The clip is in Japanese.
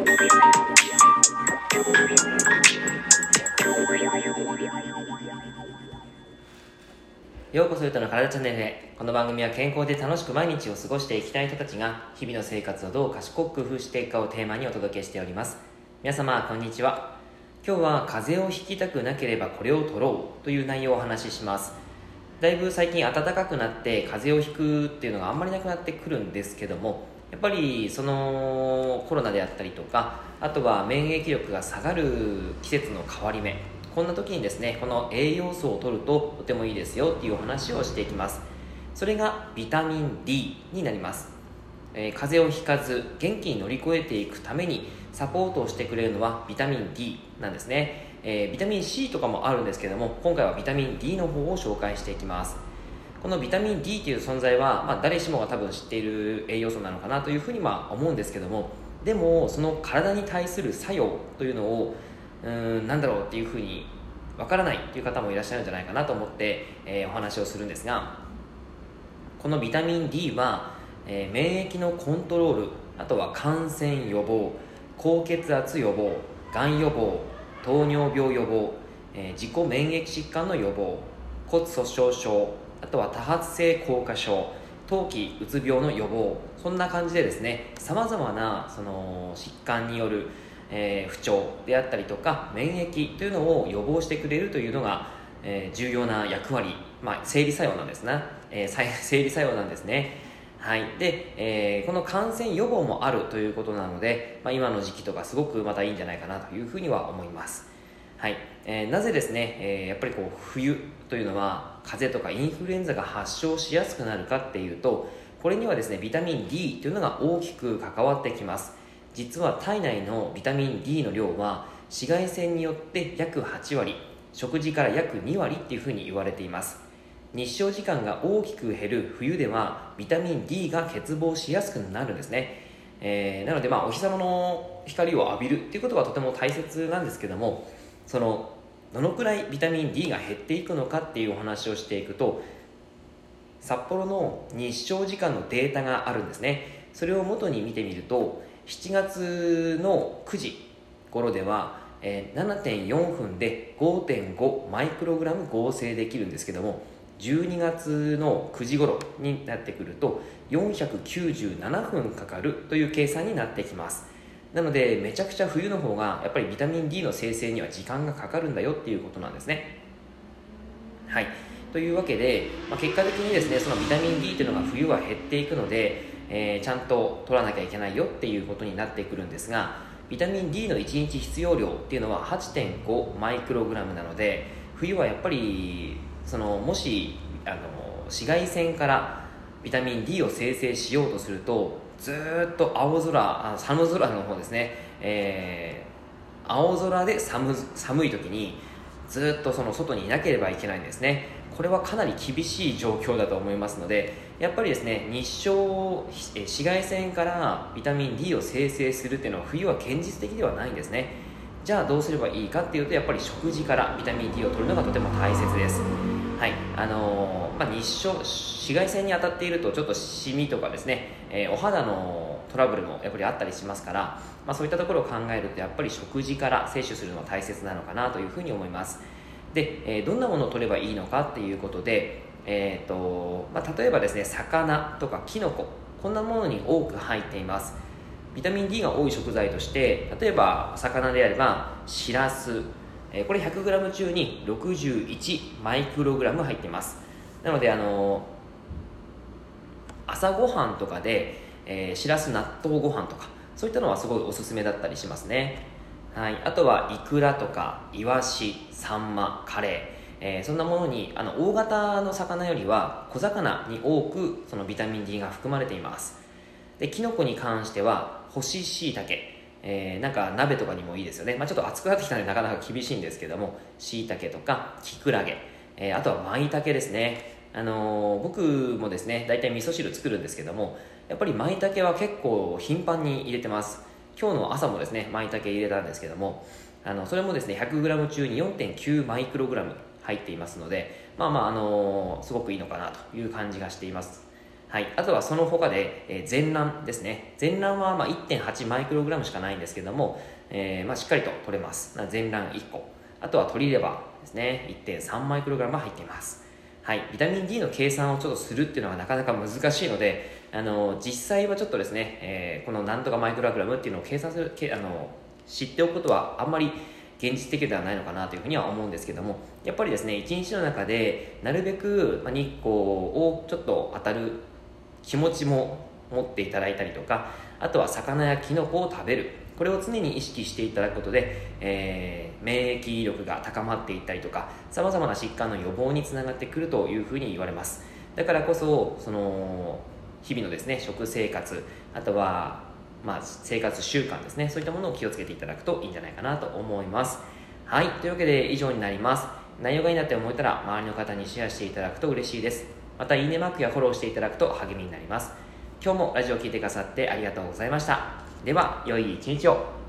ようこそゆとの体チャンネルへ。この番組は健康で楽しく毎日を過ごしていきたい人たちが日々の生活をどう賢く工夫していくかをテーマにお届けしております。皆様こんにちは。今日は風邪をひきたくなければこれを取ろうという内容をお話しします。だいぶ最近暖かくなって風邪をひくっていうのがあんまりなくなってくるんですけども、やっぱりそのコロナであったりとか、あとは免疫力が下がる季節の変わり目、こんな時にですね、この栄養素を摂るととてもいいですよっていうお話をしていきます。それがビタミン D になります。風邪をひかず元気に乗り越えていくためにサポートをしてくれるのはビタミン D なんですね。ビタミン C とかもあるんですけども、今回はビタミン D の方を紹介していきます。このビタミン D という存在は、誰しもが多分知っている栄養素なのかなというふうに思うんですけども、でもその体に対する作用というのをなんだろうっていうふうにわからないという方もいらっしゃるんじゃないかなと思って、お話をするんですが、このビタミン D は、免疫のコントロール、あとは感染予防、高血圧予防、がん予防、糖尿病予防、自己免疫疾患の予防、骨粗しょう症、あとは多発性硬化症、冬季うつ病の予防、そんな感じでですね、さまざまなその疾患による不調であったりとか免疫というのを予防してくれるというのが、重要な役割、生理作用なんですね、生理作用なんですね。はい。で、この感染予防もあるということなので、今の時期とかすごくまたいいんじゃないかなというふうには思います。はい。なぜですね、やっぱり冬というのは風邪とかインフルエンザが発症しやすくなるかっていうと、これにはですねビタミン D というのが大きく関わってきます。実は体内のビタミン D の量は紫外線によって約8割、食事から約2割っていうふうに言われています。日照時間が大きく減る冬ではビタミン D が欠乏しやすくなるんですね。なのでお日様の光を浴びるっていうことはとても大切なんですけども、どのくらいビタミン D が減っていくのかっていうお話をしていくと、札幌の日照時間のデータがあるんですね。それを元に見てみると、7月の9時頃では、7.4 分で 5.5 マイクログラム合成できるんですけども、12月の9時頃になってくると497分かかるという計算になってきます。なのでめちゃくちゃ冬の方がやっぱりビタミン D の生成には時間がかかるんだよっていうことなんですね。はい。というわけで、結果的にですね、そのビタミン D というのが冬は減っていくので、ちゃんと取らなきゃいけないよっていうことになってくるんですが、ビタミン D の1日必要量っていうのは 8.5 マイクログラムなので、冬はやっぱりもし紫外線からビタミン D を生成しようとすると、ずっと寒空の方ですね、青空で寒い時にずっと外にいなければいけないんですね。これはかなり厳しい状況だと思いますので、やっぱりですね、紫外線からビタミン D を生成するっていうのは冬は現実的ではないんですね。じゃあどうすればいいかっていうと、やっぱり食事からビタミン D を取るのがとても大切です。はい。紫外線に当たっているとちょっとシミとかですね、お肌のトラブルもやっぱりあったりしますから、そういったところを考えるとやっぱり食事から摂取するのが大切なのかなというふうに思います。で、どんなものを取ればいいのかっていうことで、例えばですね、魚とかキノコ、こんなものに多く入っています。ビタミン D が多い食材として、例えば魚であればシラス、これ 100g 中に61マイクログラム入っています。なので朝ごはんとかで、しらす納豆ご飯とかそういったのはすごいおすすめだったりしますね。はい。あとはイクラとかイワシ、サンマ、カレー、そんなものに大型の魚よりは小魚に多くそのビタミン D が含まれています。でキノコに関しては干し椎茸、なんか鍋とかにもいいですよね。ちょっと暑くなってきたのでなかなか厳しいんですけども、椎茸とかキクラゲ、あとは舞茸ですね。僕もですね、大体味噌汁作るんですけども、やっぱり舞茸は結構頻繁に入れてます。今日の朝もですね舞茸入れたんですけども、それもですね 100g 中に 4.9 マイクログラム入っていますので、すごくいいのかなという感じがしています。 はい、あとはその他で、全卵ですね。全卵は1.8マイクログラムしかないんですけども、しっかりと取れます。全卵1個。あとは鶏レバーですね。1.3マイクログラム入っています。はい、ビタミン D の計算をちょっとするっていうのがなかなか難しいので、実際はちょっとですね、このなんとかマイクログラムっていうのを計算する、知っておくことはあんまり現実的ではないのかなというふうには思うんですけども、やっぱりですね、一日の中でなるべく日光をちょっと当たる気持ちも持っていただいたりとか、あとは魚やキノコを食べる、これを常に意識していただくことで、免疫力が高まっていったりとか、さまざまな疾患の予防につながってくるというふうに言われます。だからこそ日々のですね、食生活、あとは生活習慣ですね、そういったものを気をつけていただくといいんじゃないかなと思います。はい、というわけで以上になります。内容がいいなって思えたら周りの方にシェアしていただくと嬉しいです。またいいねマークやフォローしていただくと励みになります。今日もラジオを聞いてくださってありがとうございました。では良い一日を。